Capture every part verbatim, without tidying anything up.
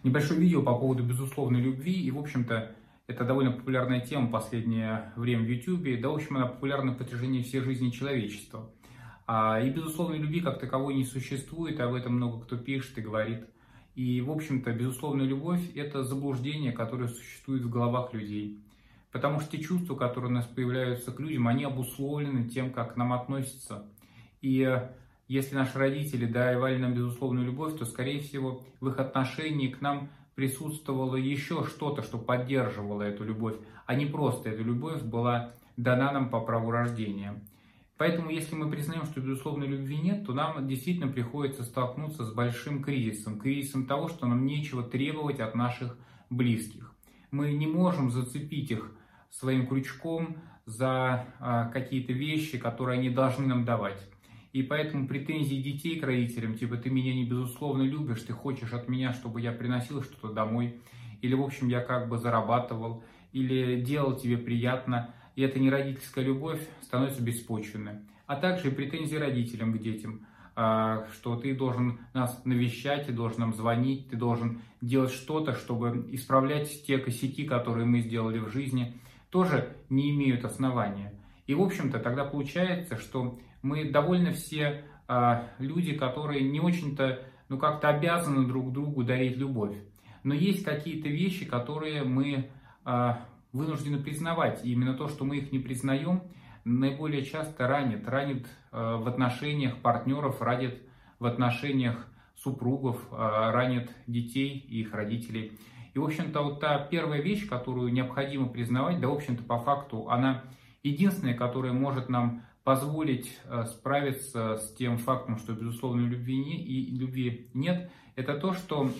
Небольшое видео по поводу безусловной любви. И, в общем-то, это довольно популярная тема в последнее время в YouTube. Да, в общем, она популярна на протяжении всей жизни человечества. А, и безусловной любви как таковой не существует, об этом много кто пишет и говорит. И, в общем-то, безусловная любовь – это заблуждение, которое существует в головах людей. Потому что те чувства, которые у нас появляются к людям, они обусловлены тем, как к нам относятся. И если наши родители давали нам безусловную любовь, то, скорее всего, в их отношении к нам присутствовало еще что-то, что поддерживало эту любовь, а не просто эта любовь была дана нам по праву рождения. Поэтому, если мы признаем, что безусловной любви нет, то нам действительно приходится столкнуться с большим кризисом. Кризисом того, что нам нечего требовать от наших близких. Мы не можем зацепить их своим крючком за а, какие-то вещи, которые они должны нам давать. И поэтому претензии детей к родителям, типа «ты меня не безусловно любишь, ты хочешь от меня, чтобы я приносил что-то домой», или «в общем я как бы зарабатывал», или «делал тебе приятно», и это не родительская любовь, становится беспочвенной. А также и претензии родителям к детям, что ты должен нас навещать, ты должен нам звонить, ты должен делать что-то, чтобы исправлять те косяки, которые мы сделали в жизни, тоже не имеют основания. И, в общем-то, тогда получается, что мы довольно все а, люди, которые не очень-то, ну, как-то обязаны друг другу дарить любовь. Но есть какие-то вещи, которые мы а, вынуждены признавать. И именно то, что мы их не признаем, наиболее часто ранит. Ранит а, в отношениях партнеров, ранит в отношениях супругов, а, ранит детей и их родителей. И, в общем-то, вот та первая вещь, которую необходимо признавать, да, в общем-то, по факту, она единственная, которая может нам позволить справиться с тем фактом, что безусловной любви, не, и любви нет, это то, что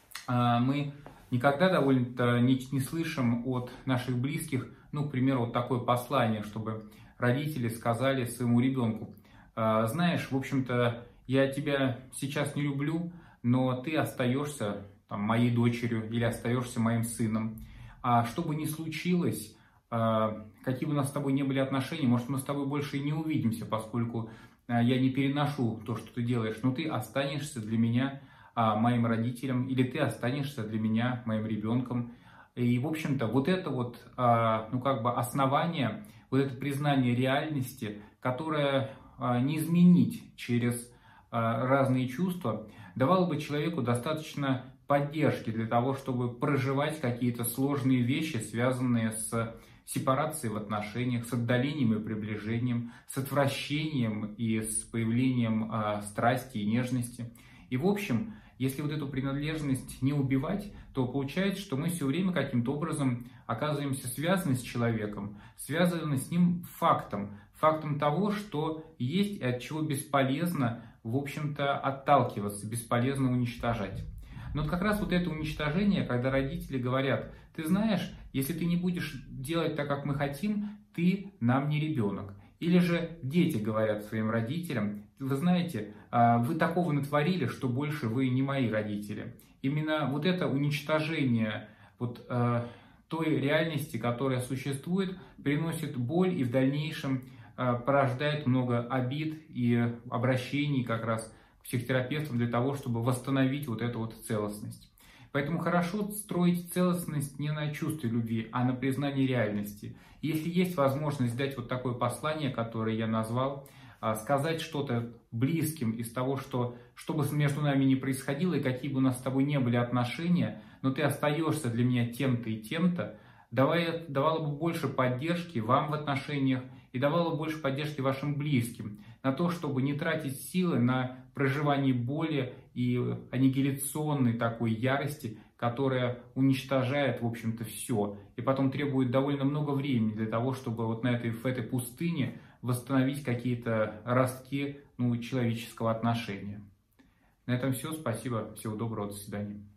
мы никогда довольно-то не, не слышим от наших близких, ну, к примеру, вот такое послание, чтобы родители сказали своему ребенку: знаешь, в общем-то, я тебя сейчас не люблю, но ты остаешься там моей дочерью или остаешься моим сыном. А что бы ни случилось, какие бы у нас с тобой не были отношения, может, мы с тобой больше и не увидимся, поскольку я не переношу то, что ты делаешь, но ты останешься для меня моим родителем, или ты останешься для меня моим ребенком. И, в общем-то, вот это вот, ну, как бы основание, вот это признание реальности, которое не изменить через разные чувства, давало бы человеку достаточно поддержки для того, чтобы проживать какие-то сложные вещи, связанные с сепарацией в отношениях, с отдалением и приближением, с отвращением и с появлением э, страсти и нежности. И, в общем, если вот эту принадлежность не убивать, то получается, что мы все время каким-то образом оказываемся связаны с человеком, связаны с ним фактом, фактом того, что есть и от чего бесполезно, в общем-то, отталкиваться, бесполезно уничтожать. Но вот как раз вот это уничтожение, когда родители говорят: ты знаешь, если ты не будешь делать так, как мы хотим, ты нам не ребенок. Или же дети говорят своим родителям: вы знаете, вы такого натворили, что больше вы не мои родители. Именно вот это уничтожение вот той реальности, которая существует, приносит боль и в дальнейшем порождает много обид и обращений как раз к психотерапевтам для того, чтобы восстановить вот эту вот целостность. Поэтому хорошо строить целостность не на чувстве любви, а на признании реальности. Если есть возможность дать вот такое послание, которое я назвал, сказать что-то близким из того, что, что бы между нами ни происходило, и какие бы у нас с тобой не были отношения, но ты остаешься для меня тем-то и тем-то, давай, давало бы больше поддержки вам в отношениях и давало больше поддержки вашим близким на то, чтобы не тратить силы на проживание боли и аннигиляционной такой ярости, которая уничтожает, в общем-то, все. И потом требует довольно много времени для того, чтобы вот на этой, в этой пустыне восстановить какие-то ростки, ну, человеческого отношения. На этом все. Спасибо. Всего доброго. До свидания.